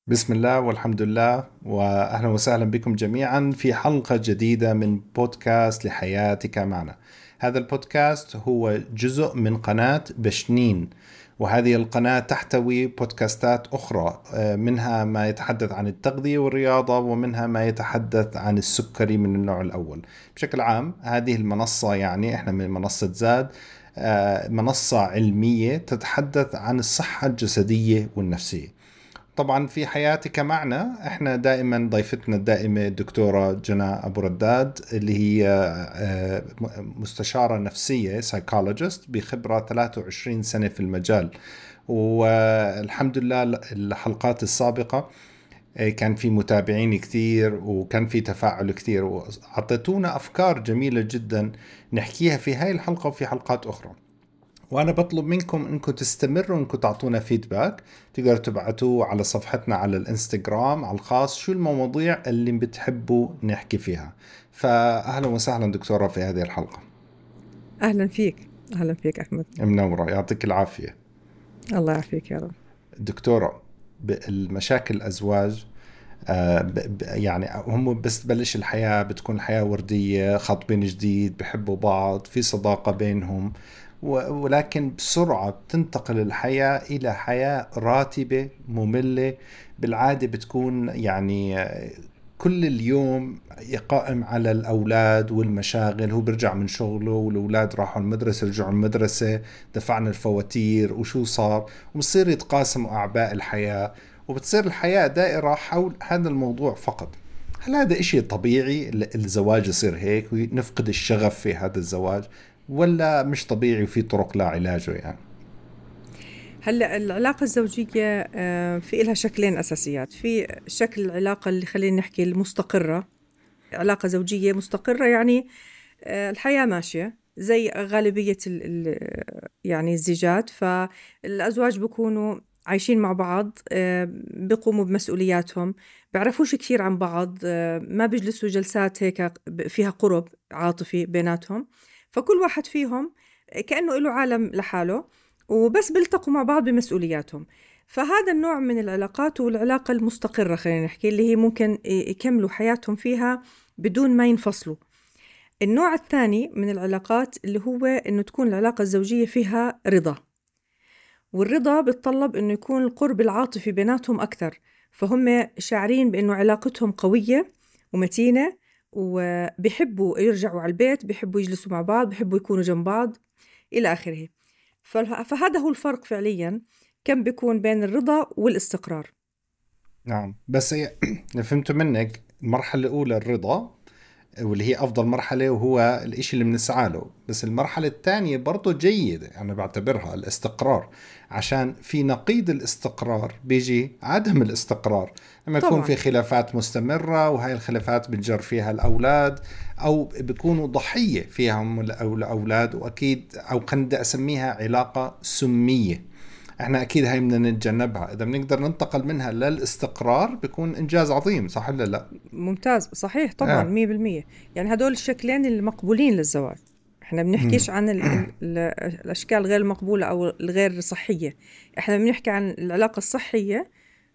بسم الله والحمد لله وأهلا وسهلا بكم جميعا في حلقة جديدة من بودكاست لحياتك معنا. هذا البودكاست هو جزء من قناة بشنين، وهذه القناة تحتوي بودكاستات أخرى، منها ما يتحدث عن التغذية والرياضة، ومنها ما يتحدث عن السكري من النوع الأول. بشكل عام هذه المنصة، يعني إحنا من منصة زاد، منصة علمية تتحدث عن الصحة الجسدية والنفسية. طبعا في حياتك معنا احنا دائما ضيفتنا الدائمة الدكتورة جنى أبو رداد، اللي هي مستشارة نفسية سايكولوجيست بخبرة 23 سنة في المجال. والحمد لله الحلقات السابقة كان في متابعين كثير وكان في تفاعل كثير، وعطيتونا أفكار جميلة جدا نحكيها في هاي الحلقة وفي حلقات أخرى. وانا بطلب منكم انكم تستمروا انكم تعطونا فيدباك. تقدروا تبعتوه على صفحتنا على الانستغرام على الخاص، شو المواضيع اللي بتحبوا نحكي فيها. فاهلا وسهلا دكتورة في هذه الحلقة. أهلا فيك. أهلا فيك أحمد. منورة، يعطيك العافية. الله يعافيك يا رب. دكتورة، المشاكل الازواج، يعني هم بس تبلش الحياة بتكون الحياة وردية، خاطبين جديد بحبوا بعض في صداقة بينهم، ولكن بسرعة بتنتقل الحياة إلى حياة راتبة مملة. بالعادة بتكون يعني كل اليوم قائم على الأولاد والمشاغل. هو بيرجع من شغله والأولاد راحوا المدرسة، رجعوا المدرسة، دفعنا الفواتير وشو صار، وبصير يتقاسموا أعباء الحياة، وبتصير الحياة دائرة حول هذا الموضوع فقط. هل هذا إشي طبيعي الزواج يصير هيك ونفقد الشغف في هذا الزواج، ولا مش طبيعي وفي طرق لا علاجه يعني؟ هلا العلاقة الزوجية في إلها شكلين أساسيات. في شكل العلاقة اللي خلينا نحكي المستقرة. علاقة زوجية مستقرة يعني الحياة ماشية زي غالبية يعني الزيجات. فالأزواج بيكونوا عايشين مع بعض، بيقوموا بمسؤولياتهم، بيعرفوش كثير عن بعض، ما بيجلسوا جلسات هيك فيها قرب عاطفي بيناتهم. فكل واحد فيهم كأنه له عالم لحاله، وبس بيلتقوا مع بعض بمسؤولياتهم. فهذا النوع من العلاقات والعلاقة المستقرة خلينا نحكي اللي هي ممكن يكملوا حياتهم فيها بدون ما ينفصلوا. النوع الثاني من العلاقات اللي هو إنه تكون العلاقة الزوجية فيها رضا، والرضا بتطلب إنه يكون القرب العاطفي بيناتهم أكثر. فهم شاعرين بإنه علاقتهم قوية ومتينة، وبيحبوا يرجعوا على البيت، بيحبوا يجلسوا مع بعض، بيحبوا يكونوا جنب بعض إلى آخره. فهذا هو الفرق فعليا كم بيكون بين الرضا والاستقرار. نعم، بس اللي فهمته منك المرحلة الأولى الرضا، واللي هي أفضل مرحلة وهو الإشي اللي بنسعى له. بس المرحلة الثانية برضو جيدة، أنا بعتبرها الاستقرار، عشان في نقيض الاستقرار بيجي عدم الاستقرار. لما يكون طبعا. في خلافات مستمرة، وهاي الخلافات بتجر فيها الأولاد، أو بيكونوا ضحية فيها هم الأولاد، وأكيد أو خلينا أسميها علاقة سمية. احنا اكيد هاي بدنا نتجنبها. اذا بنقدر ننتقل منها للاستقرار بيكون انجاز عظيم، صح ولا لا؟ ممتاز، صحيح طبعا اه. 100%. يعني هدول الشكلين المقبولين للزواج. احنا بنحكيش عن الاشكال غير المقبولة او الغير صحية. احنا بنحكي عن العلاقة الصحية،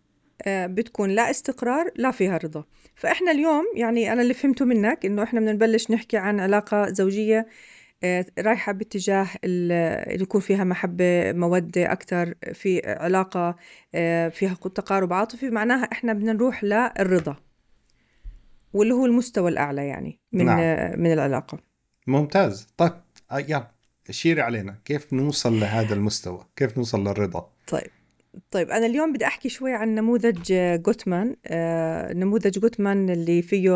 بتكون لا استقرار لا فيها رضا. فاحنا اليوم يعني انا اللي فهمته منك انه احنا بدنا نبلش نحكي عن علاقة زوجية رايحة باتجاه يكون فيها محبة مودة أكتر، في علاقة فيها تقارب عاطفي. معناها إحنا بدنا نروح للرضا، واللي هو المستوى الأعلى يعني من نعم، من العلاقة. ممتاز. طيب، يلا شيري علينا كيف نوصل لهذا المستوى، كيف نوصل للرضا. طيب. طيب أنا اليوم بدي أحكي شوي عن نموذج جوتمان. نموذج جوتمان اللي فيه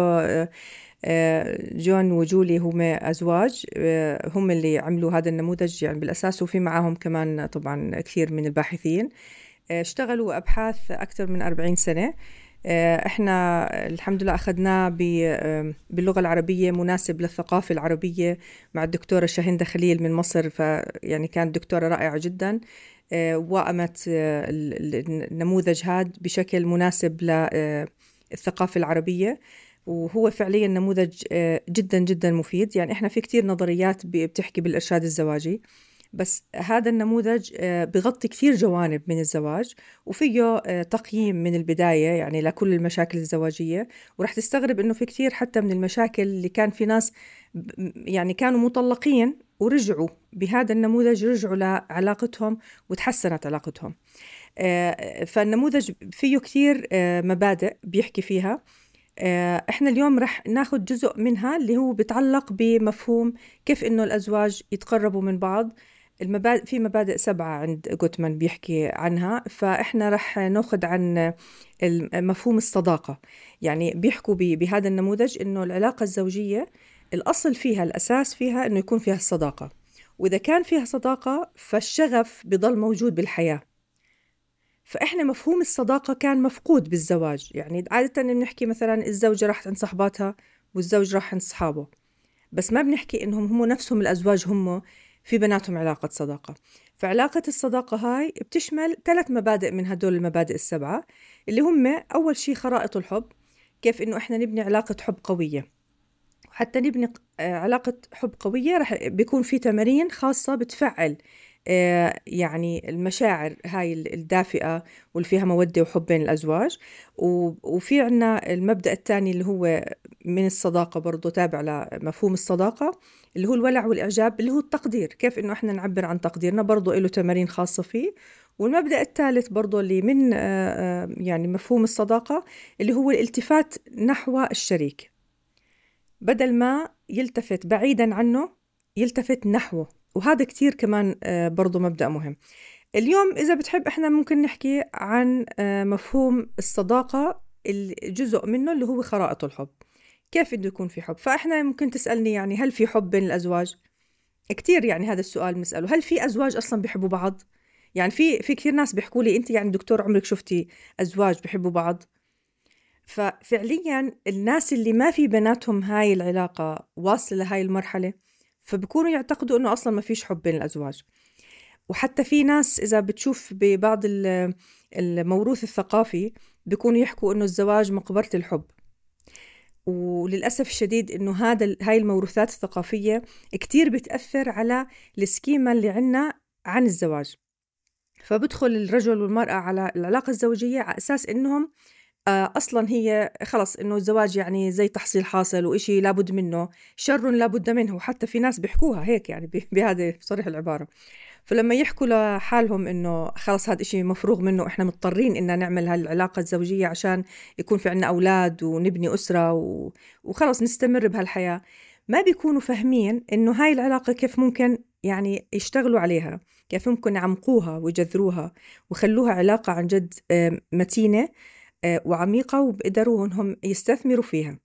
جون وجولي هم أزواج، هم اللي عملوا هذا النموذج يعني بالأساس، وفي معاهم كمان طبعا كثير من الباحثين. اشتغلوا أبحاث أكثر من 40 سنة. احنا الحمد لله أخذناه باللغة العربية، مناسب للثقافة العربية، مع الدكتورة شاهندة خليل من مصر. فيعني كانت دكتورة رائعة جدا، وأمت النموذج هذا بشكل مناسب للثقافة العربية. وهو فعليا نموذج جدا جدا مفيد. يعني احنا في كتير نظريات بتحكي بالإرشاد الزواجي، بس هذا النموذج بغطي كثير جوانب من الزواج، وفيه تقييم من البداية يعني لكل المشاكل الزواجية. ورح تستغرب إنه في كثير حتى من المشاكل اللي كان في ناس يعني كانوا مطلقين ورجعوا بهذا النموذج، رجعوا لعلاقتهم وتحسنت علاقتهم. فالنموذج فيه كثير مبادئ بيحكي فيها. احنا اليوم رح ناخد جزء منها اللي هو بيتعلق بمفهوم كيف انه الازواج يتقربوا من بعض. المبادئ، في مبادئ 7 عند جوتمان بيحكي عنها، فاحنا رح ناخد عن مفهوم الصداقة. يعني بيحكوا بهذا النموذج انه العلاقة الزوجية الاصل فيها، الاساس فيها انه يكون فيها الصداقة، واذا كان فيها صداقة فالشغف بضل موجود بالحياة. فإحنا مفهوم الصداقة كان مفقود بالزواج. يعني عادة بنحكي مثلا الزوجة راحت عند صحباتها والزوج راح عند صحابه، بس ما بنحكي إنهم هم نفسهم الأزواج هم في بيناتهم علاقة صداقة. فعلاقة الصداقة هاي بتشمل 3 مبادئ من هدول المبادئ ال7، اللي هم أول شيء خرائط الحب. كيف إنه إحنا نبني علاقة حب قوية. وحتى نبني علاقة حب قوية رح بيكون في تمارين خاصة بتفعل يعني المشاعر هاي الدافئة واللي فيها مودة وحب بين الأزواج. وفي عنا المبدأ الثاني اللي هو من الصداقة، برضو تابع لمفهوم الصداقة، اللي هو الولع والإعجاب، اللي هو التقدير، كيف إنه إحنا نعبر عن تقديرنا، برضو له تمارين خاصة فيه. والمبدأ الثالث برضو اللي من يعني مفهوم الصداقة، اللي هو الالتفات نحو الشريك، بدل ما يلتفت بعيدا عنه يلتفت نحوه. وهذا كتير كمان برضو مبدأ مهم. اليوم إذا بتحب إحنا ممكن نحكي عن مفهوم الصداقة، الجزء منه اللي هو خرائط الحب، كيف بده يكون في حب. فإحنا ممكن تسألني يعني هل في حب بين الأزواج؟ كتير يعني هذا السؤال بنسأله، هل في أزواج أصلا بيحبوا بعض؟ يعني في كتير ناس بيحكوا لي أنت يعني دكتور عمرك شفتي أزواج بيحبوا بعض؟ ففعليا الناس اللي ما في بيناتهم هاي العلاقة واصلة لهاي المرحلة، فبكونوا يعتقدوا أنه أصلا ما فيش حب بين الأزواج. وحتى في ناس إذا بتشوف ببعض الموروث الثقافي بيكونوا يحكوا أنه الزواج مقبرة الحب. وللأسف الشديد أنه هاي الموروثات الثقافية كتير بتأثر على السكيمة اللي عنا عن الزواج. فبدخل الرجل والمرأة على العلاقة الزوجية على أساس أنهم أصلاً هي خلص إنه الزواج يعني زي تحصيل حاصل وإشي لابد منه، شر لابد منه. وحتى في ناس بيحكوها هيك يعني بهذا صريح العبارة. فلما يحكوا لحالهم إنه خلص هذا إشي مفروغ منه، إحنا مضطرين إن نعمل هالعلاقة الزوجية عشان يكون في عنا أولاد ونبني أسرة وخلص نستمر بهالحياة، ما بيكونوا فاهمين إنه هاي العلاقة كيف ممكن يعني يشتغلوا عليها، كيف ممكن يعمقوها ويجذروها وخلوها علاقة عن جد متينة وعميقة، وبقدروا إنهم يستثمروا فيها.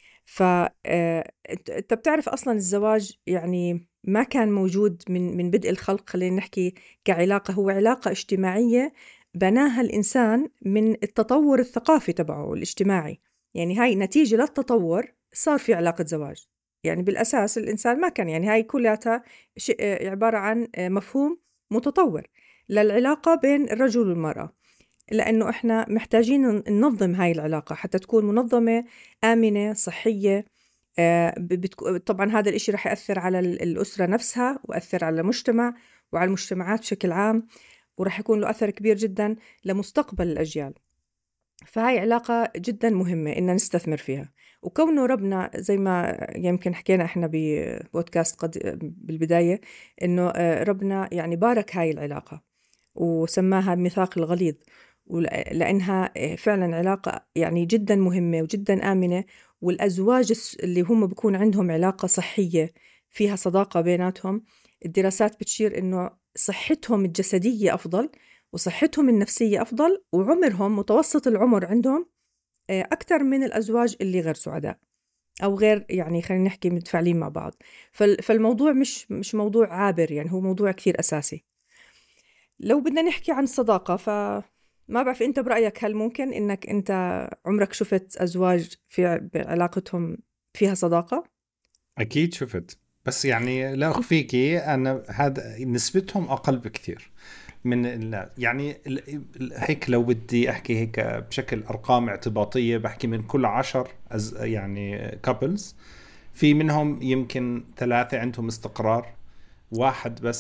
أنت بتعرف أصلاً الزواج يعني ما كان موجود من بدء الخلق. خلينا نحكي كعلاقة، هو علاقة اجتماعية بناها الإنسان من التطور الثقافي تبعه الاجتماعي. يعني هاي نتيجة للتطور صار في علاقة زواج. يعني بالأساس الإنسان ما كان، يعني هاي كلها شيء عبارة عن مفهوم متطور للعلاقة بين الرجل والمرأة، لأنه إحنا محتاجين ننظم هاي العلاقة حتى تكون منظمة آمنة صحية. طبعا هذا الإشي رح يأثر على الأسرة نفسها، وأثر على المجتمع وعلى المجتمعات بشكل عام، ورح يكون له أثر كبير جدا لمستقبل الأجيال. فهاي علاقة جدا مهمة إن نستثمر فيها. وكونه ربنا زي ما يمكن حكينا إحنا ببودكاست بالبداية، إنه ربنا يعني بارك هاي العلاقة وسماها ميثاق الغليظ، لأنها فعلا علاقة يعني جدا مهمة وجدا آمنة. والأزواج اللي هم بيكون عندهم علاقة صحية فيها صداقة بيناتهم، الدراسات بتشير إنه صحتهم الجسدية أفضل وصحتهم النفسية أفضل، وعمرهم متوسط العمر عندهم أكثر من الأزواج اللي غير سعداء أو غير يعني خلينا نحكي متفاعلين مع بعض. فالموضوع مش موضوع عابر، يعني هو موضوع كثير أساسي. لو بدنا نحكي عن الصداقة، فما بعرف أنت برأيك هل ممكن إنك أنت عمرك شفت أزواج في علاقتهم فيها صداقة؟ أكيد شفت، بس يعني لا أخفيكي أنا هذا نسبتهم أقل بكثير من يعني هيك لو بدي أحكي هيك بشكل أرقام اعتباطية، بحكي من كل 10 يعني couples في منهم يمكن 3 عندهم استقرار، 1 بس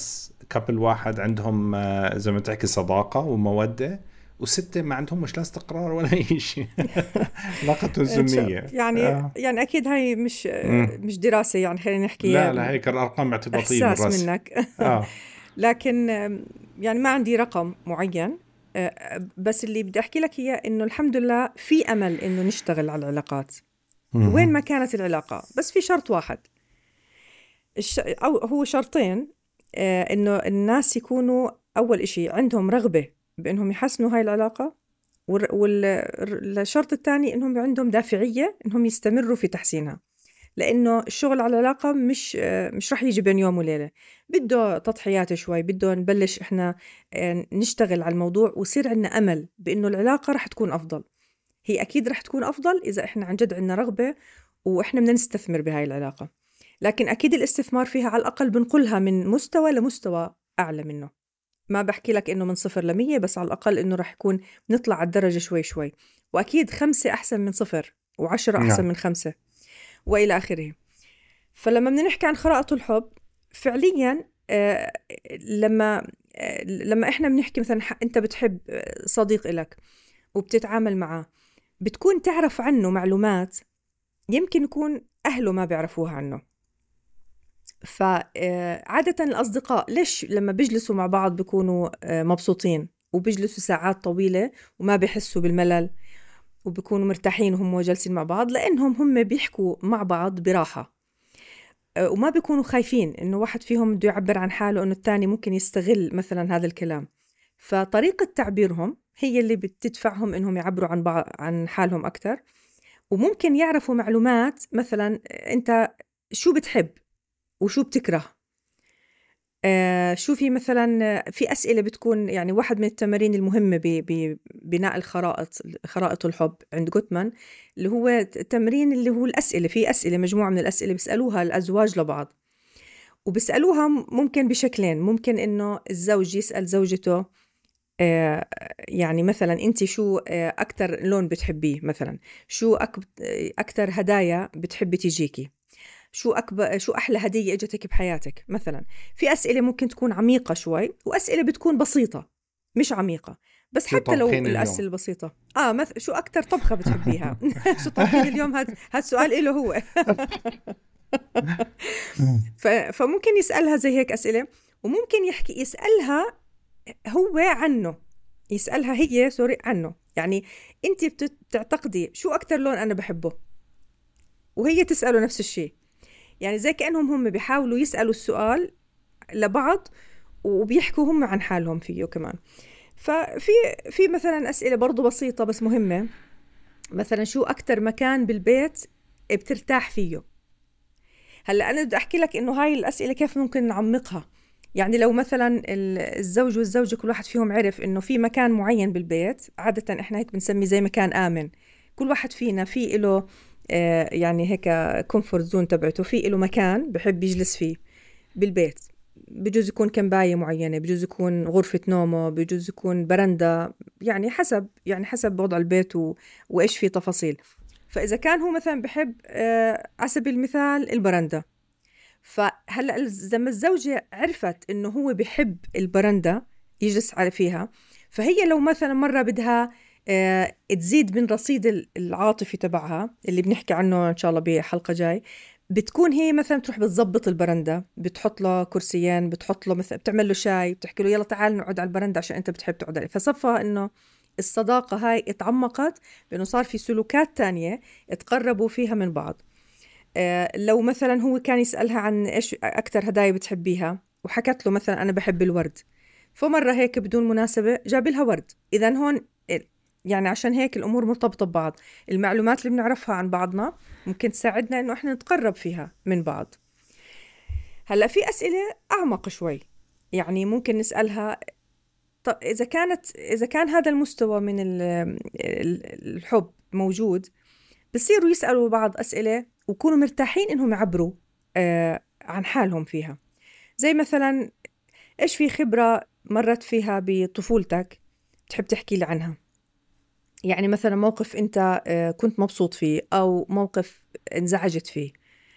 كابل واحد عندهم زي ما تحكي صداقة ومودة، وستة ما عندهم مش لا استقرار ولا أي شيء. علاقتهم سنية. يعني أكيد هاي مم. مش دراسة، يعني خلينا نحكي لا هيك الأرقام اعتباطية من إحساس رأسي. منك. آه. لكن يعني ما عندي رقم معين. بس اللي بدي أحكي لك هي إنه الحمد لله في أمل إنه نشتغل على العلاقات وين مم. ما كانت العلاقة، بس في شرط واحد، أو هو شرطين. إنه الناس يكونوا أول إشي عندهم رغبة بإنهم يحسنوا هاي العلاقة، والشرط الثاني إنهم عندهم دافعية إنهم يستمروا في تحسينها. لأنه الشغل على العلاقة مش رح يجي بين يوم وليلة، بده تضحيات شوي، بده نبلش إحنا نشتغل على الموضوع ويصير عندنا أمل بإنه العلاقة رح تكون أفضل. هي أكيد رح تكون أفضل إذا إحنا عن جد عندنا رغبة وإحنا بدنا نستثمر بهاي العلاقة. لكن أكيد الاستثمار فيها على الأقل بنقلها من مستوى لمستوى أعلى منه. ما بحكي لك إنه من 0 ل100، بس على الأقل إنه رح يكون نطلع على الدرجة شوي شوي. وأكيد 5 أحسن من 0، و10 أحسن نعم. من 5، وإلى آخره. فلما بدنا نحكي عن خرائط الحب فعليا، لما إحنا بنحكي مثلا أنت بتحب صديق إلك وبتتعامل معه، بتكون تعرف عنه معلومات يمكن يكون أهله ما بيعرفوها عنه. فعادة الأصدقاء ليش لما بيجلسوا مع بعض بيكونوا مبسوطين وبيجلسوا ساعات طويلة وما بيحسوا بالملل وبيكونوا مرتاحين وهم جالسين مع بعض؟ لأنهم هم بيحكوا مع بعض براحة، وما بيكونوا خايفين إنه واحد فيهم بده يعبر عن حاله إنه التاني ممكن يستغل مثلا هذا الكلام. فطريقة تعبيرهم هي اللي بتدفعهم إنهم يعبروا عن بعض عن حالهم أكتر. وممكن يعرفوا معلومات، مثلا أنت شو بتحب وشو بتكره. شو في مثلا في أسئلة بتكون، يعني واحد من التمارين المهمة ببناء خرائط الحب عند جوتمان، اللي هو التمرين اللي هو الأسئلة. في أسئلة، مجموعة من الأسئلة بيسألوها الأزواج لبعض، وبيسألوها ممكن بشكلين. ممكن إنه الزوج يسأل زوجته يعني مثلا أنت شو أكتر لون بتحبيه، مثلا شو أكتر هدايا بتحبي تيجيكي، شو أحلى هدية إجتك بحياتك مثلا. في أسئلة ممكن تكون عميقة شوي، وأسئلة بتكون بسيطة مش عميقة. بس شو حتى لو طابخين الأسئلة اليوم؟ البسيطة شو أكتر طبخة بتحبيها؟ شو طابخين اليوم؟ هاد سؤال إله هو. فممكن يسألها زي هيك أسئلة. وممكن يسألها هو عنه، يسألها هي سوري عنه. يعني أنت بتعتقدي شو أكتر لون أنا بحبه، وهي تسأله نفس الشيء. يعني زي كأنهم هم بيحاولوا يسألوا السؤال لبعض وبيحكوا هم عن حالهم فيه كمان. في مثلا أسئلة برضو بسيطة بس مهمة، مثلا شو أكتر مكان بالبيت بترتاح فيه. هلأ أنا بدي أحكي لك إنه هاي الأسئلة كيف ممكن نعمقها. يعني لو مثلا الزوج والزوجة كل واحد فيهم عرف إنه في مكان معين بالبيت، عادة إحنا هيك بنسميه زي مكان آمن. كل واحد فينا في إله يعني هيك كومفورت زون تبعته، في إله مكان بحب يجلس فيه بالبيت. بجوز يكون كنباية معينة، بجوز يكون غرفة نومه، بجوز يكون برندة، يعني حسب وضع البيت وإيش فيه تفاصيل. فإذا كان هو مثلا بحب على سبيل المثال البرندة، فهلأ لما الزوجة عرفت إنه هو بحب البرندة يجلس على فيها، فهي لو مثلا مرة بدها تزيد من رصيد العاطفي تبعها اللي بنحكي عنه إن شاء الله بحلقة جاي، بتكون هي مثلا تروح بتزبط البرندة، بتحط له كرسيين، بتحط له مثلا، بتعمل له شاي، بتحكي له يلا تعال نقعد على البرندة عشان أنت بتحب تقعد عليه. فصفى إنه الصداقة هاي اتعمقت بأنه صار في سلوكات تانية اتقربوا فيها من بعض. لو مثلا هو كان يسألها عن إيش أكتر هدايا بتحبيها، وحكت له مثلا أنا بحب الورد، فمرة هيك بدون مناسبة جاب لها ورد. إذن هون يعني عشان هيك الأمور مرتبطة ببعض. المعلومات اللي بنعرفها عن بعضنا ممكن تساعدنا إنه إحنا نتقرب فيها من بعض. هلأ في أسئلة أعمق شوي، يعني ممكن نسألها إذا كان هذا المستوى من الحب موجود، بصيروا يسألوا بعض أسئلة ويكونوا مرتاحين إنهم يعبروا عن حالهم فيها. زي مثلا إيش في خبرة مرت فيها بطفولتك تحب تحكي لي عنها؟ يعني مثلا موقف أنت كنت مبسوط فيه، أو موقف انزعجت فيه.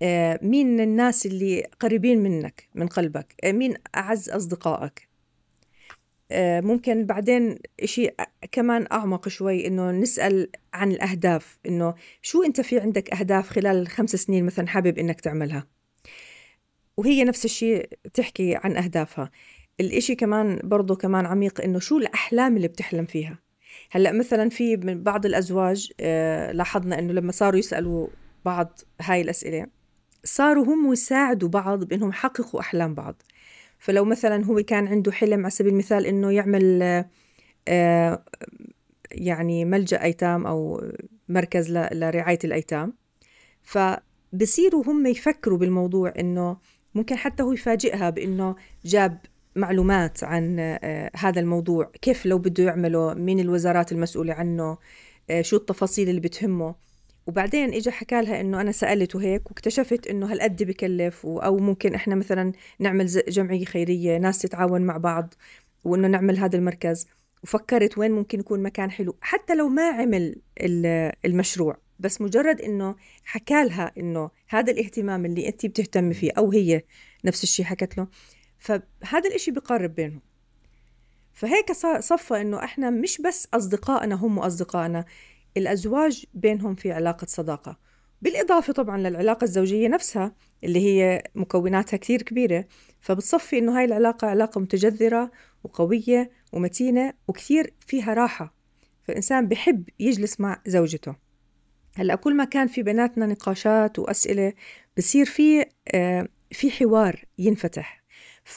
مين الناس اللي قريبين منك من قلبك، مين أعز أصدقائك. ممكن بعدين إشي كمان أعمق شوي، إنه نسأل عن الأهداف، إنه شو أنت في عندك أهداف خلال 5 سنين مثلا حابب إنك تعملها، وهي نفس الشيء تحكي عن أهدافها. الإشي كمان برضو كمان عميق، إنه شو الأحلام اللي بتحلم فيها. هلأ مثلا في من بعض الأزواج لاحظنا إنه لما صاروا يسألوا بعض هاي الأسئلة، صاروا هم يساعدوا بعض بإنهم يحققوا أحلام بعض. فلو مثلا هو كان عنده حلم على سبيل المثال إنه يعمل آه، يعني ملجأ أيتام أو مركز لرعاية الأيتام، فبصيروا هم يفكروا بالموضوع، إنه ممكن حتى هو يفاجئها بإنه جاب معلومات عن هذا الموضوع، كيف لو بده يعمله، مين الوزارات المسؤولة عنه، شو التفاصيل اللي بتهمه. وبعدين إجا حكى لها إنه أنا سألته هيك واكتشفت إنه هالقد بكلف، أو ممكن إحنا مثلا نعمل جمعية خيرية، ناس تتعاون مع بعض وإنه نعمل هذا المركز. وفكرت وين ممكن يكون مكان حلو، حتى لو ما عمل المشروع، بس مجرد إنه حكى لها إنه هذا الاهتمام اللي أنت بتهتمي فيه، أو هي نفس الشيء حكت له، فهذا الإشي بيقرب بينهم. فهيك صفى إنه إحنا مش بس أصدقائنا هم أصدقائنا، الأزواج بينهم في علاقة صداقة، بالإضافة طبعا للعلاقة الزوجية نفسها اللي هي مكوناتها كثير كبيرة. فبتصفي إنه هاي العلاقة علاقة متجذرة وقوية ومتينة وكثير فيها راحة، فالإنسان بحب يجلس مع زوجته. هلأ كل ما كان في بيناتنا نقاشات وأسئلة، بصير في حوار ينفتح.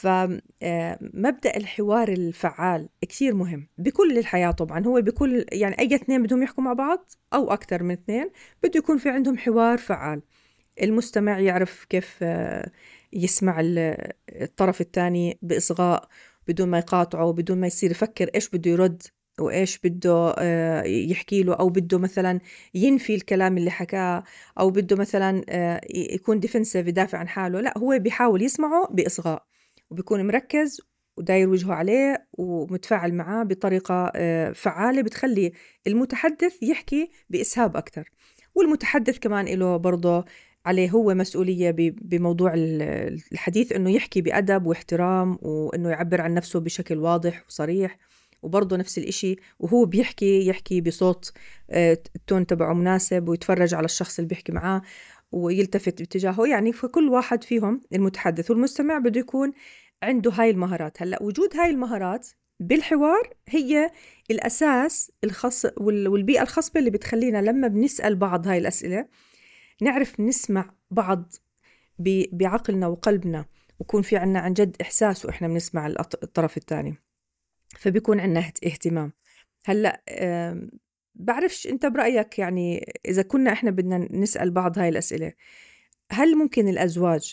فمبدأ الحوار الفعال كثير مهم بكل الحياة طبعا. هو بكل يعني أي اثنين بدهم يحكوا مع بعض أو أكثر من اثنين، بده يكون في عندهم حوار فعال. المستمع يعرف كيف يسمع الطرف الثاني بإصغاء، بدون ما يقاطعه، بدون ما يصير يفكر إيش بده يرد وإيش بده يحكي له، أو بده مثلا ينفي الكلام اللي حكاه، أو بده مثلا يكون ديفنسيف يدافع عن حاله. لا، هو بيحاول يسمعه بإصغاء، وبيكون مركز وداير وجهه عليه ومتفاعل معاه بطريقة فعالة، بتخلي المتحدث يحكي بإسهاب أكتر. والمتحدث كمان له برضه عليه هو مسؤولية بموضوع الحديث، إنه يحكي بأدب واحترام، وإنه يعبر عن نفسه بشكل واضح وصريح. وبرضه نفس الإشي وهو بيحكي، يحكي بصوت التون تبعه مناسب، ويتفرج على الشخص اللي بيحكي معاه ويلتفت باتجاهه. يعني فكل واحد فيهم، المتحدث والمستمع، بده يكون عنده هاي المهارات. هلأ وجود هاي المهارات بالحوار هي الأساس الخاص والبيئة الخصبة اللي بتخلينا لما بنسأل بعض هاي الأسئلة نعرف نسمع بعض بعقلنا وقلبنا، ويكون في عنا عن جد إحساس وإحنا بنسمع الطرف الثاني، فبيكون عنا اهتمام. هلأ بعرفش أنت برأيك، يعني إذا كنا إحنا بدنا نسأل بعض هاي الأسئلة، هل ممكن الأزواج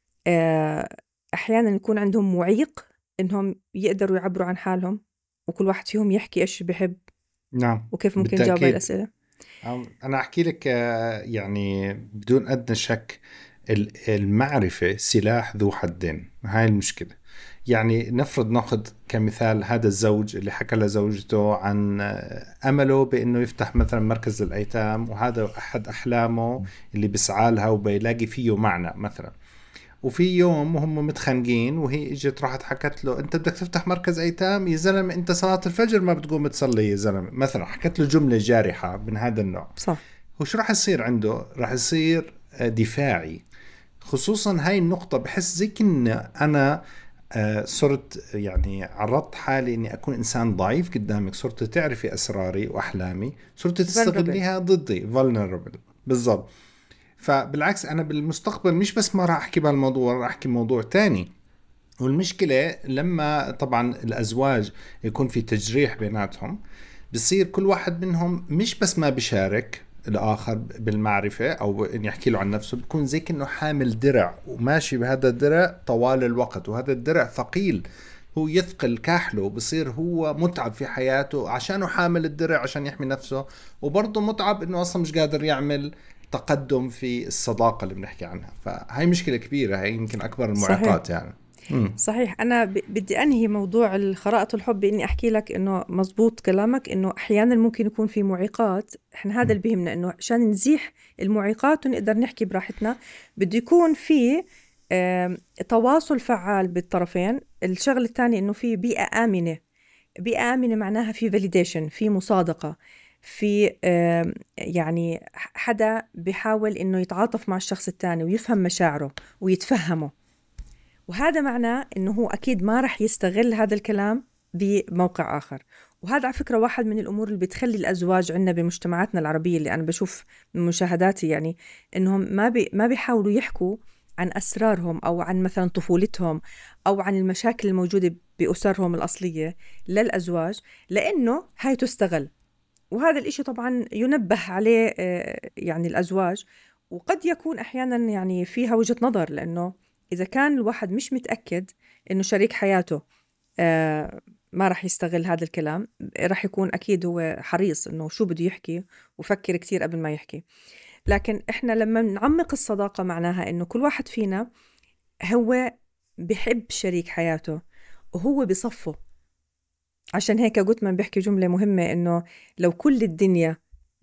أحيانا يكون عندهم معيق إنهم يقدروا يعبروا عن حالهم، وكل واحد فيهم يحكي إيش بحب؟ نعم وكيف ممكن نجاوب هاي بالتأكيد. الأسئلة؟ أنا أحكي لك يعني بدون أدنى شك، المعرفة سلاح ذو حدين. هاي المشكلة. يعني نفرض ناخذ كمثال هذا الزوج اللي حكى لزوجته عن أمله بأنه يفتح مثلا مركز للأيتام، وهذا أحد أحلامه اللي بيسعى لها وبيلاقي فيه معنى مثلا. وفي يوم وهم متخانقين، وهي اجت راحت حكت له: انت بدك تفتح مركز ايتام يا زلمه، انت صلاة الفجر ما بتقوم تصلي يا زلمه مثلا. حكت له جمله جارحه من هذا النوع. صح. هو شو راح يصير عنده؟ راح يصير دفاعي. خصوصا هاي النقطة بحس زي كنا أنا صرت يعني عرضت حالي إني أكون إنسان ضعيف قدامك، صرت تعرفي أسراري وأحلامي، صرت vulnerable. تستغليها ضدي. vulnerable بالضبط. فبالعكس أنا بالمستقبل مش بس ما راح أحكي بهالموضوع، راح أحكي موضوع تاني. والمشكلة لما طبعا الأزواج يكون في تجريح بيناتهم، بصير كل واحد منهم مش بس ما بيشارك الآخر بالمعرفة أو إن يحكي له عن نفسه، بيكون زي كأنه حامل درع وماشي بهذا الدرع طوال الوقت، وهذا الدرع ثقيل، هو يثقل كاحله، بصير هو متعب في حياته عشانه حامل الدرع عشان يحمي نفسه، وبرضه متعب إنه أصلا مش قادر يعمل تقدم في الصداقة اللي بنحكي عنها. فهاي مشكلة كبيرة، هاي يمكن أكبر صحيح. المعيقات يعني. امم. صحيح. أنا بدي أنهي موضوع خراءة الحب بإني أحكي لك إنه مزبوط كلامك، إنه أحيانا ممكن يكون في معيقات. إحنا هذا اللي بيهمنا، إنه عشان نزيح المعيقات ونقدر نحكي براحتنا بده يكون في تواصل فعال بالطرفين. الشغل الثاني إنه في بيئة آمنة. بيئة آمنة معناها في validation، في مصادقة، في يعني حدا بيحاول إنه يتعاطف مع الشخص الثاني ويفهم مشاعره ويتفهمه. وهذا معناه إنه هو أكيد ما رح يستغل هذا الكلام بموقع آخر. وهذا على فكرة واحد من الأمور اللي بتخلي الأزواج عندنا بمجتمعاتنا العربية، اللي أنا بشوف من مشاهداتي يعني إنهم ما بيحاولوا يحكوا عن أسرارهم أو عن مثلا طفولتهم أو عن المشاكل الموجودة بأسرهم الأصلية للأزواج، لأنه هاي تستغل. وهذا الإشي طبعا ينبه عليه يعني الأزواج. وقد يكون أحيانا يعني فيها وجهة نظر، لأنه إذا كان الواحد مش متأكد إنه شريك حياته ما رح يستغل هذا الكلام، رح يكون أكيد هو حريص إنه شو بده يحكي وفكر كتير قبل ما يحكي. لكن إحنا لما نعمق الصداقة معناها إنه كل واحد فينا هو بحب شريك حياته وهو بصفه. عشان هيك جوتمان بيحكي جملة مهمة، إنه لو كل الدنيا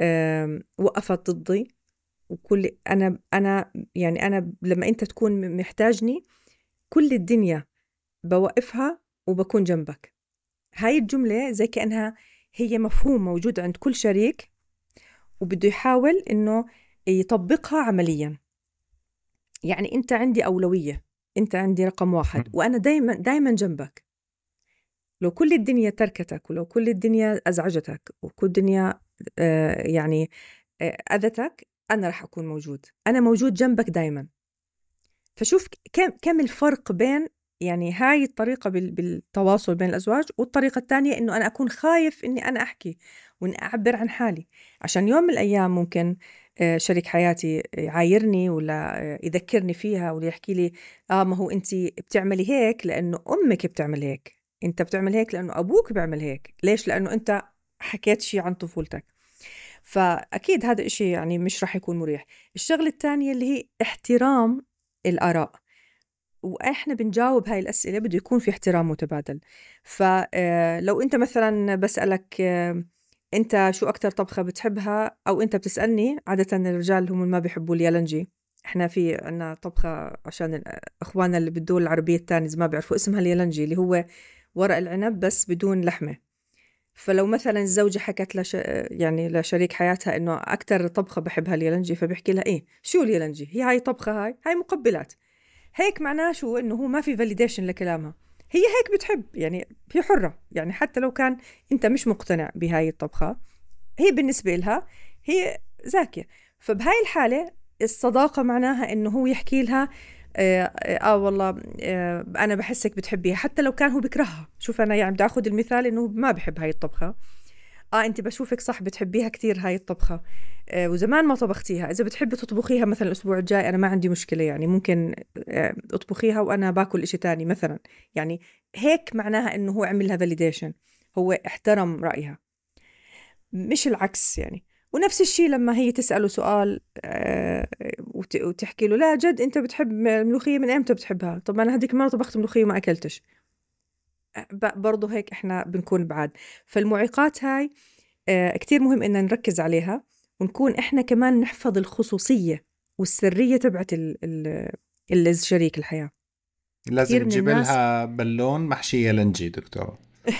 وقفت ضدي، وكل أنا يعني أنا لما أنت تكون محتاجني كل الدنيا بوقفها وبكون جنبك. هاي الجملة زي كأنها هي مفهوم موجود عند كل شريك وبده يحاول إنه يطبقها عمليا. يعني أنت عندي أولوية، أنت عندي رقم واحد، وأنا دايما دايما جنبك. لو كل الدنيا تركتك، ولو كل الدنيا أزعجتك، وكل الدنيا يعني أذتك، أنا رح أكون موجود. أنا موجود جنبك دايما. فشوف كم الفرق بين يعني هاي الطريقة بالتواصل بين الأزواج، والطريقة الثانية إنه أنا أكون خايف إني أنا أحكي وإني أعبر عن حالي، عشان يوم من الأيام ممكن شريك حياتي يعايرني ولا يذكرني فيها ولا يحكي لي ما هو أنتي بتعملي هيك لأنه أمك بتعمل هيك، أنت بتعمل هيك لأنه أبوك بيعمل هيك. ليش؟ لأنه أنت حكيت شيء عن طفولتك. فأكيد هذا إشي يعني مش رح يكون مريح. الشغلة الثانية اللي هي احترام الآراء، وإحنا بنجاوب هاي الأسئلة بده يكون في احترام متبادل. فلو أنت مثلا بسألك أنت شو أكتر طبخة بتحبها، أو أنت بتسألني، عادة الرجال هم ما بيحبوا اليالنجي. إحنا في عنا طبخة عشان أخواننا اللي بالدول العربية التانية ما بيعرفوا اسمها اليالنجي، اللي هو ورق العنب بس بدون لحمة. فلو مثلا الزوجة حكت يعني لشريك حياتها إنه أكتر طبخة بحبها اليالنجي، فبيحكي لها إيه شو اليالنجي؟ هاي طبخة، هاي مقبلات. هيك معناه شو؟ إنه هو ما في فاليديشن لكلامها، هي هيك بتحب، يعني هي حرة. يعني حتى لو كان أنت مش مقتنع بهاي الطبخة، هي بالنسبة لها هي زاكية. فبهاي الحالة الصداقة معناها إنه هو يحكي لها والله أنا بحسك بتحبيها، حتى لو كان هو بكرهها. شوف أنا يعني بدي أخذ المثال إنه ما بحب هاي الطبخة، أنت بشوفك صح بتحبيها كتير هاي الطبخة، وزمان ما طبختيها. إذا بتحبي تطبخيها مثلا الأسبوع الجاي أنا ما عندي مشكلة، يعني ممكن أطبخيها وأنا باكل إشي تاني مثلا. يعني هيك معناها إنه هو عملها validation، هو احترم رأيها، مش العكس يعني. ونفس الشيء لما هي تسأله سؤال وتحكي له لا جد أنت بتحب الملوخية، من إمتى بتحبها؟ طب أنا هديك مرة طبخت ملوخية وما أكلتش. برضو هيك إحنا بنكون بعاد. فالمعيقات هاي كتير مهم إننا نركز عليها، ونكون إحنا كمان نحفظ الخصوصية والسرية تبعت الشريك الحياة. لازم كتير من تجيب الناس لها بالون محشية يالنجي دكتور.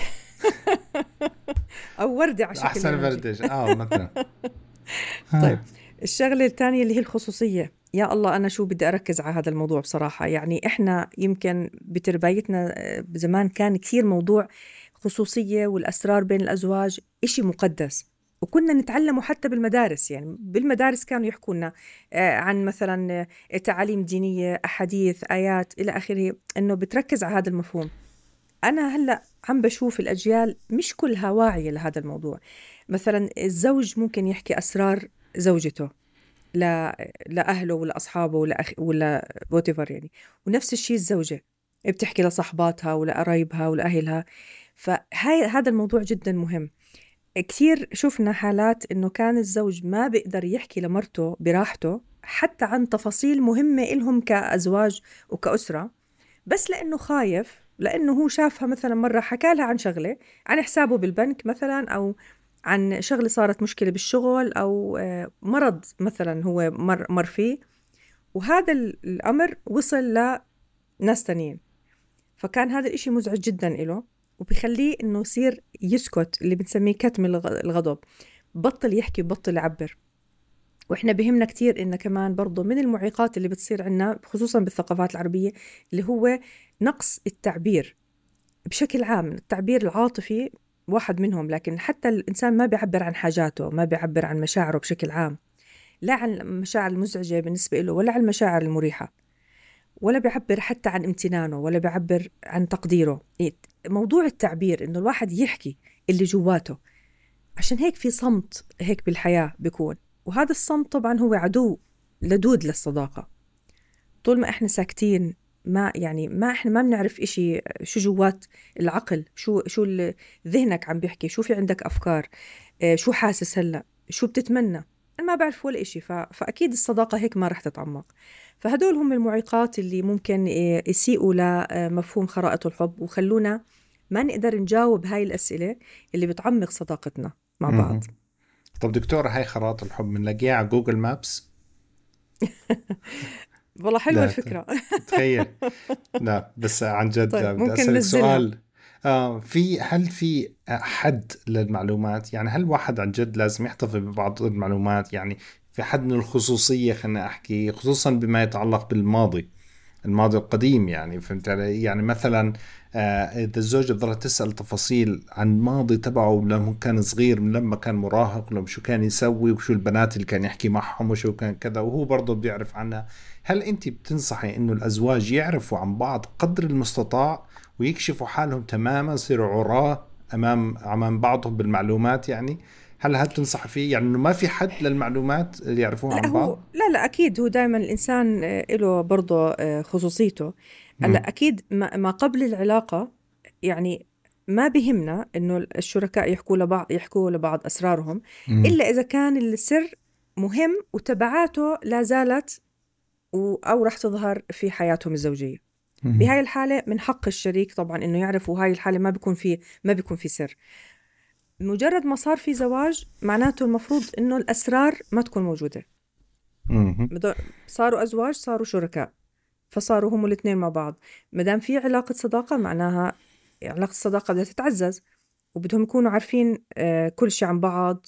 أو وردة على شكل احسن يالنجي. فردش مثلا. طيب، ها. الشغلة الثانية اللي هي الخصوصية. يا الله أنا شو بدي أركز على هذا الموضوع بصراحة. يعني إحنا يمكن بتربيتنا بزمان كان كثير موضوع خصوصية والأسرار بين الأزواج إشي مقدس، وكنا نتعلمه حتى بالمدارس. يعني بالمدارس كانوا يحكوا لنا عن مثلا تعاليم دينية، أحاديث، آيات إلى آخره، إنه بتركز على هذا المفهوم. أنا هلأ عم بشوف الأجيال مش كلها واعية لهذا الموضوع. مثلا الزوج ممكن يحكي أسرار زوجته لأهله ولا أصحابه ولا whatever يعني. ونفس الشيء الزوجة بتحكي لصحباتها ولا قرايبها ولا أهلها. هذا الموضوع جدا مهم. كثير شفنا حالات إنه كان الزوج ما بيقدر يحكي لمرته براحته حتى عن تفاصيل مهمة إلهم كأزواج وكأسرة، بس لأنه خايف، لأنه هو شافها مثلا مرة حكى لها عن شغلة، عن حسابه بالبنك مثلا، أو عن شغلة صارت مشكلة بالشغل، أو مرض مثلا هو مر فيه، وهذا الأمر وصل لناس تانيين. فكان هذا الإشي مزعج جدا إله، وبيخليه إنه يصير يسكت، اللي بنسميه كتم الغضب، بطل يحكي بطل يعبر. وإحنا بهمنا كتير إن كمان برضو من المعيقات اللي بتصير عنا خصوصا بالثقافات العربية اللي هو نقص التعبير بشكل عام. التعبير العاطفي واحد منهم، لكن حتى الإنسان ما بيعبر عن حاجاته، ما بيعبر عن مشاعره بشكل عام، لا عن المشاعر المزعجة بالنسبة له ولا عن المشاعر المريحة، ولا بيعبر حتى عن امتنانه، ولا بيعبر عن تقديره. موضوع التعبير إنه الواحد يحكي اللي جواته، عشان هيك في صمت هيك بالحياة بيكون، وهذا الصمت طبعا هو عدو لدود للصداقة. طول ما احنا ساكتين، ما يعني ما احنا ما بنعرف اشي شو جوات العقل، شو ذهنك عم بيحكي، شو في عندك افكار، شو حاسس هلا، شو بتتمنى. انا ما بعرف ولا اشي، فاكيد الصداقة هيك ما رح تتعمق. فهدول هم المعيقات اللي ممكن يسيئوا لمفهوم خرائط الحب، وخلونا ما نقدر نجاوب هاي الأسئلة اللي بتعمق صداقتنا مع بعض. مهم. طب دكتور، هاي خرائط الحب بنلاقيها على جوجل مابس؟ والله حلوة لا الفكرة. تخيل. لا بس عن جد، لا طيب بدي ممكن أسألك ننزلها. سؤال. هل في حد للمعلومات؟ يعني هل الواحد عن جد لازم يحتفظ ببعض المعلومات؟ يعني في حد من الخصوصية، خلينا أحكي خصوصا بما يتعلق بالماضي، الماضي القديم، يعني فهمت علي؟ يعني مثلا إذا الزوجة ظلت تسأل تفاصيل عن الماضي تبعه لما كان صغير، من لما كان مراهق، لما شو كان يسوي وشو البنات اللي كان يحكي معهم وشو كان كذا، وهو برضه بيعرف عنها. هل أنت بتنصحي إنه الأزواج يعرفوا عن بعض قدر المستطاع ويكشفوا حالهم تماما، يصيروا عراة أمام بعضهم بالمعلومات يعني؟ هل بتنصح فيه، يعني إنه ما في حد للمعلومات اللي يعرفوها لا عن هو بعض؟ لا أكيد هو دائما الإنسان له برضه خصوصيته. هلا امم. أكيد ما قبل العلاقة، يعني ما بهمنا إنه الشركاء يحكوا لبعض أسرارهم، امم. إلا إذا كان السر مهم وتبعاته لا زالت أو رح تظهر في حياتهم الزوجية. بهاي الحالة من حق الشريك طبعا إنه يعرف، وهاي الحالة ما بيكون في سر. مجرد ما صار في زواج معناته المفروض إنه الأسرار ما تكون موجودة. امم. صاروا أزواج، صاروا شركاء، فصاروا هم الاثنين مع بعض. مدام في علاقة صداقة معناها علاقة الصداقة بدها تتعزز، وبدهم يكونوا عارفين كل شيء عن بعض،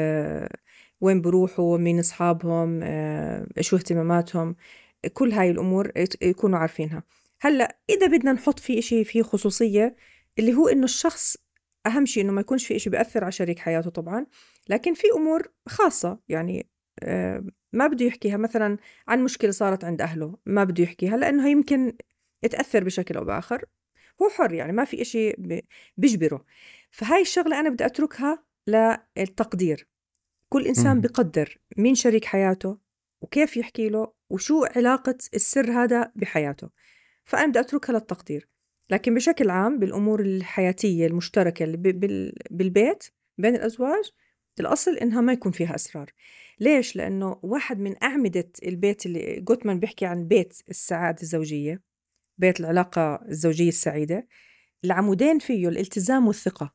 وين بروحوا، مين أصحابهم، شو اهتماماتهم، كل هاي الأمور يكونوا عارفينها. هلأ إذا بدنا نحط في إشي فيه خصوصية، اللي هو إنه الشخص أهم شيء إنه ما يكونش في إشي بيأثر على شريك حياته طبعا، لكن في أمور خاصة يعني ما بده يحكيها، مثلا عن مشكلة صارت عند أهله ما بده يحكيها لأنه هي يمكن يتأثر بشكل أو بآخر. هو حر يعني، ما في إشي بيجبره. فهاي الشغلة أنا بدي أتركها للتقدير. كل إنسان امم. بقدر مين شريك حياته وكيف يحكي له وشو علاقة السر هذا بحياته، فأنا بدي أتركها للتقدير. لكن بشكل عام بالأمور الحياتية المشتركة اللي بالبيت بين الأزواج، الأصل إنها ما يكون فيها أسرار. ليش؟ لأنه واحد من أعمدة البيت، اللي جوتمان بيحكي عن بيت السعادة الزوجية، بيت العلاقة الزوجية السعيدة، العمودين فيه الالتزام والثقة.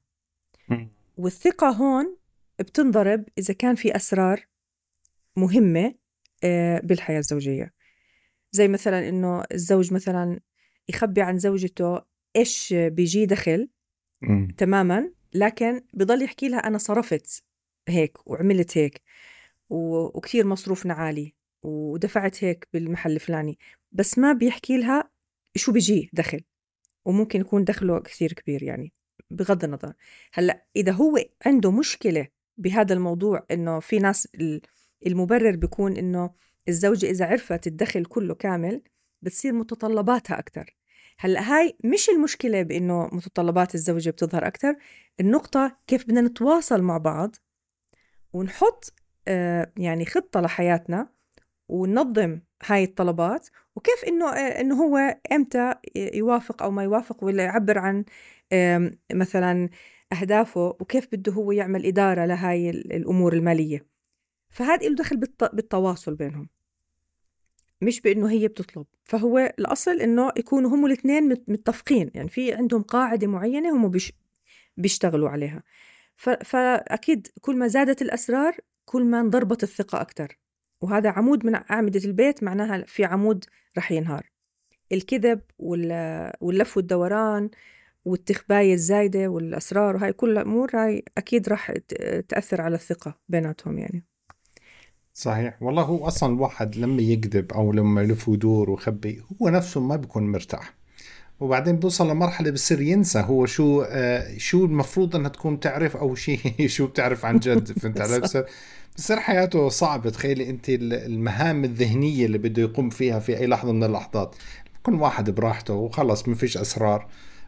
والثقة هون بتنضرب إذا كان في أسرار مهمة بالحياة الزوجية، زي مثلا إنه الزوج مثلا يخبي عن زوجته إيش بيجي دخل امم. تماما، لكن بضل يحكي لها أنا صرفت هيك وعملت هيك وكثير مصروفنا عالي ودفعت هيك بالمحل الفلاني، بس ما بيحكي لها شو بيجي دخل، وممكن يكون دخله كثير كبير يعني. بغض النظر، هلأ إذا هو عنده مشكلة بهذا الموضوع، إنه في ناس المبرر بيكون إنه الزوجة إذا عرفت الدخل كله كامل بتصير متطلباتها أكتر. هلأ هاي مش المشكلة بإنه متطلبات الزوجة بتظهر أكتر، النقطة كيف بدنا نتواصل مع بعض ونحط يعني خطة لحياتنا وننظم هاي الطلبات، وكيف إنه هو إمتى يوافق أو ما يوافق، ولا يعبر عن مثلا أهدافه، وكيف بده هو يعمل إدارة لهاي الأمور المالية. فهذا له دخل بالتواصل بينهم. مش بإنه هي بتطلب. فهو الأصل إنه يكونوا هم الاثنين متفقين، يعني في عندهم قاعدة معينة هم بيشتغلوا عليها. فأكيد كل ما زادت الأسرار كل ما انضربت الثقة أكتر، وهذا عمود من أعمدة البيت، معناها في عمود رح ينهار. الكذب واللف والدوران والتخباية الزايدة والأسرار، وهاي كل الأمور هاي أكيد رح تأثر على الثقة بيناتهم يعني. صحيح والله. هو اصلا الواحد لما يكذب او لما يلف ويدور ويخبي هو نفسه ما بيكون مرتاح، وبعدين بوصل لمرحلة بصير ينسى هو شو المفروض انها تكون تعرف او شيء شو بتعرف عن جد. فهمت علي؟ صح. بصير حياته صعبة. تخيلي انت المهام الذهنية اللي بده يقوم فيها في اي لحظة من اللحظات، كل واحد براحته وخلص ما فيش اسرار.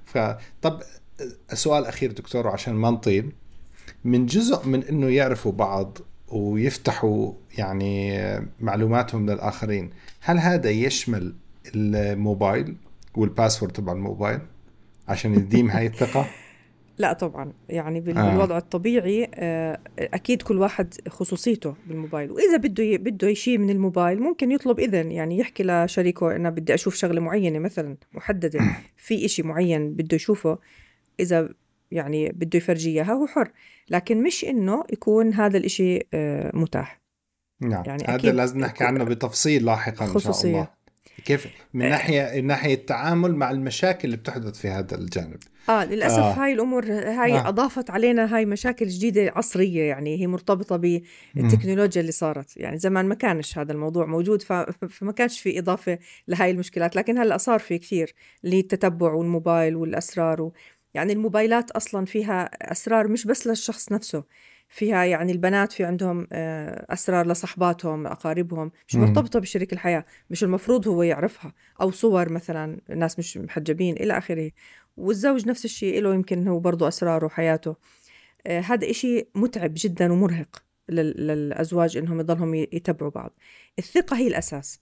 طب سؤال اخير دكتور عشان ما نطيل. من جزء من انه يعرفوا بعض ويفتحوا يعني معلوماتهم للآخرين، هل هذا يشمل الموبايل والباسورد تبع الموبايل عشان يديم هاي الثقة؟ لا طبعا، يعني آه. بالوضع الطبيعي اكيد كل واحد خصوصيته بالموبايل، واذا بده يشيل من الموبايل ممكن يطلب اذن، يعني يحكي لشريكه انا بدي اشوف شغله معينه مثلا محدده، في إشي معين بده يشوفه، اذا يعني بده يفرجيه اياها هو حر، لكن مش انه يكون هذا الإشي متاح. نعم، يعني هذا اكيد لازم نحكي عنه بتفصيل لاحقا إن شاء الله. خصوصيه. كيف من آه، ناحية التعامل مع المشاكل اللي بتحدث في هذا الجانب. للأسف آه. هاي الأمور هاي آه. أضافت علينا هاي مشاكل جديدة عصرية، يعني هي مرتبطة مم. بالتكنولوجيا اللي صارت، يعني زمان ما كانش هذا الموضوع موجود، فما كانش في إضافة لهاي المشكلات، لكن هلأ صار في كثير، اللي هي التتبع والموبايل والأسرار يعني الموبايلات أصلا فيها أسرار مش بس للشخص نفسه، فيها يعني البنات في عندهم أسرار لصحباتهم لأقاربهم مش مم. مرتبطة بشريك الحياة، مش المفروض هو يعرفها، أو صور مثلا ناس مش محجبين إلى آخره. والزوج نفس الشيء له يمكن هو برضو أسراره وحياته. هذا إشي متعب جدا ومرهق للأزواج إنهم يضلهم يتبعوا بعض. الثقة هي الأساس.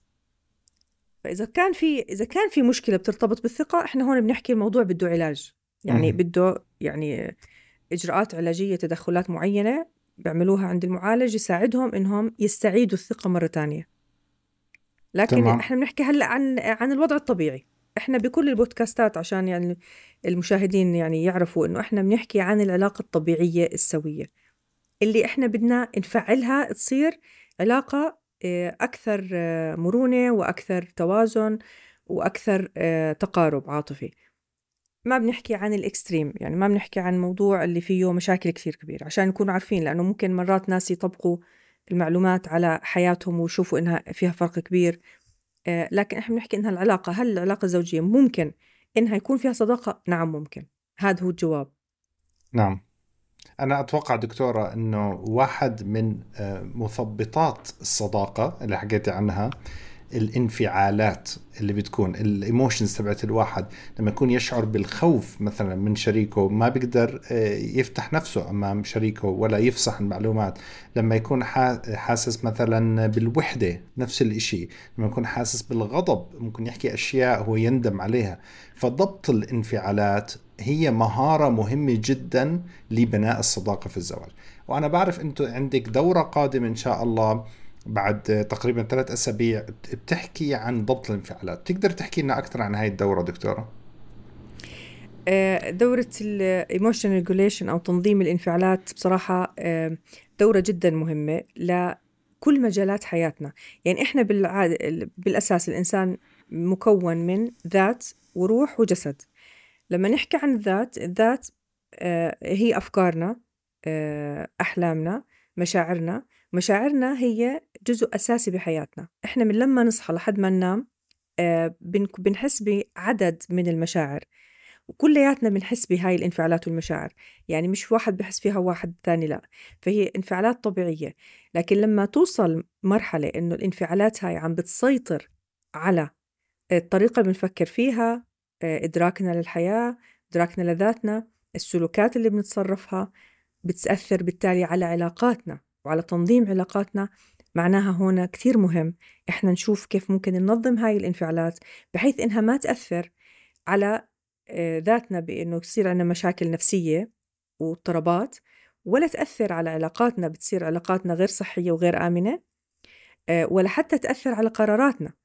إذا كان في مشكلة بترتبط بالثقة، إحنا هون بنحكي الموضوع بده علاج، يعني مم. بده يعني إجراءات علاجية، تدخلات معينة بيعملوها عند المعالج يساعدهم إنهم يستعيدوا الثقة مرة تانية. لكن تمام. احنا بنحكي هلا عن الوضع الطبيعي. احنا بكل البودكاستات عشان يعني المشاهدين يعني يعرفوا انه احنا بنحكي عن العلاقة الطبيعية السوية، اللي احنا بدنا نفعلها تصير علاقة اكثر مرونة واكثر توازن واكثر تقارب عاطفي. ما بنحكي عن الاكستريم، يعني ما بنحكي عن موضوع اللي فيه مشاكل كثير كبيرة، عشان نكونوا عارفين، لانه ممكن مرات ناس يطبقوا المعلومات على حياتهم ويشوفوا انها فيها فرق كبير. لكن احنا بنحكي انها العلاقة، هل العلاقة الزوجية ممكن انها يكون فيها صداقة؟ نعم ممكن، هذا هو الجواب. نعم. أنا أتوقع دكتورة أنه واحد من مثبطات الصداقة اللي حكيتي عنها الانفعالات اللي بتكون الايموشنز تبعت الواحد لما يكون يشعر بالخوف مثلا من شريكه، ما بيقدر يفتح نفسه امام شريكه ولا يفصح المعلومات. لما يكون حاسس مثلا بالوحدة نفس الاشي. لما يكون حاسس بالغضب ممكن يحكي اشياء هو يندم عليها. فضبط الانفعالات هي مهارة مهمة جدا لبناء الصداقة في الزواج. وانا بعرف انتو عندك دورة قادمة ان شاء الله بعد تقريبا 3 أسابيع بتحكي عن ضبط الانفعالات. تقدر تحكي لنا أكثر عن هاي الدورة دكتورة؟ دورة الايموشن ريجوليشن أو تنظيم الانفعالات بصراحة دورة جدا مهمة لكل مجالات حياتنا. يعني إحنا بالأساس الإنسان مكون من ذات وروح وجسد. لما نحكي عن الذات هي أفكارنا، أحلامنا، مشاعرنا. مشاعرنا هي جزء أساسي بحياتنا. إحنا من لما نصحى لحد ما ننام بنحس بعدد من المشاعر، وكلياتنا بنحس بهاي الانفعالات والمشاعر، يعني مش واحد بحس فيها واحد ثاني لا. فهي انفعالات طبيعية، لكن لما توصل مرحلة إنه الانفعالات هاي عم بتسيطر على الطريقة اللي بنفكر فيها، إدراكنا للحياة، إدراكنا لذاتنا، السلوكات اللي بنتصرفها، بتأثر بالتالي على علاقاتنا وعلى تنظيم علاقاتنا. معناها هنا كتير مهم إحنا نشوف كيف ممكن ننظم هاي الانفعالات بحيث إنها ما تأثر على ذاتنا بإنه يصير عندنا مشاكل نفسية واضطرابات، ولا تأثر على علاقاتنا بتصير علاقاتنا غير صحية وغير آمنة، ولا حتى تأثر على قراراتنا.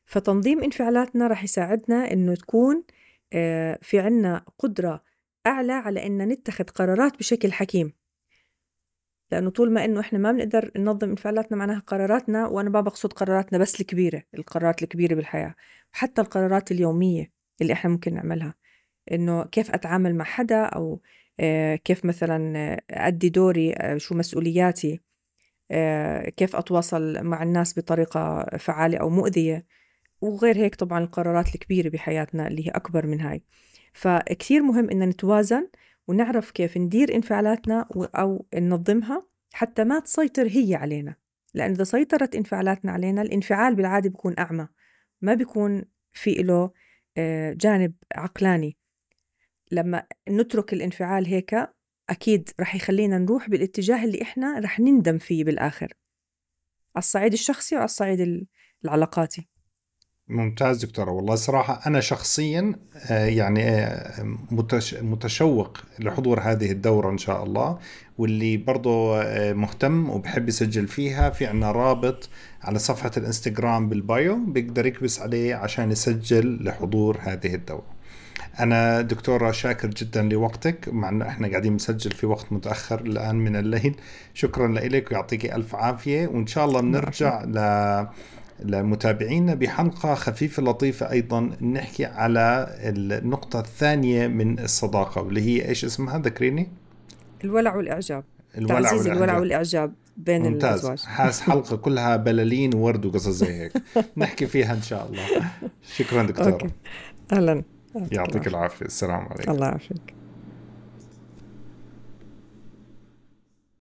فتنظيم انفعالاتنا رح يساعدنا إنه تكون في عنا قدرة أعلى على إن نتخذ قرارات بشكل حكيم. لأنه طول ما إنه إحنا ما بنقدر ننظم انفعالاتنا معناها قراراتنا، وأنا ما بقصد قراراتنا بس الكبيرة، القرارات الكبيرة بالحياة، حتى القرارات اليومية اللي إحنا ممكن نعملها، إنه كيف أتعامل مع حدا، أو كيف مثلا أدي دوري، شو مسؤولياتي، كيف أتواصل مع الناس بطريقة فعالة أو مؤذية، وغير هيك طبعا القرارات الكبيرة بحياتنا اللي هي أكبر من هاي. فكتير مهم إن نتوازن ونعرف كيف ندير انفعالاتنا أو ننظمها حتى ما تسيطر هي علينا. لأن إذا سيطرت انفعالاتنا علينا، الانفعال بالعادة بيكون أعمى، ما بيكون في له جانب عقلاني. لما نترك الانفعال هيك أكيد رح يخلينا نروح بالاتجاه اللي إحنا رح نندم فيه بالآخر، على الصعيد الشخصي وعلى الصعيد العلاقاتي. ممتاز دكتورة. والله صراحة أنا شخصيا يعني متشوق لحضور هذه الدورة إن شاء الله، واللي برضو مهتم وبحب يسجل فيها، في عنا رابط على صفحة الانستغرام بالبايو، بيقدر يكبس عليه عشان يسجل لحضور هذه الدورة. أنا دكتورة شاكر جدا لوقتك، مع أنه إحنا قاعدين نسجل في وقت متأخر الآن من الليل. شكرا لك ويعطيك ألف عافية، وإن شاء الله بنرجع لمتابعينا بحلقة خفيفة لطيفة أيضا نحكي على النقطة الثانية من الصداقة، واللي هي إيش اسمها ذكريني؟ الولع والإعجاب. الولع تعزيز الولع والإعجاب. والإعجاب بين ممتاز. الأزواج. حاس حلقة كلها بلالين وورد وقصص زي هيك نحكي فيها إن شاء الله. شكرا دكتورة. أوكي، أهلا. يعطيك العافية. السلام عليكم. الله يعافيك.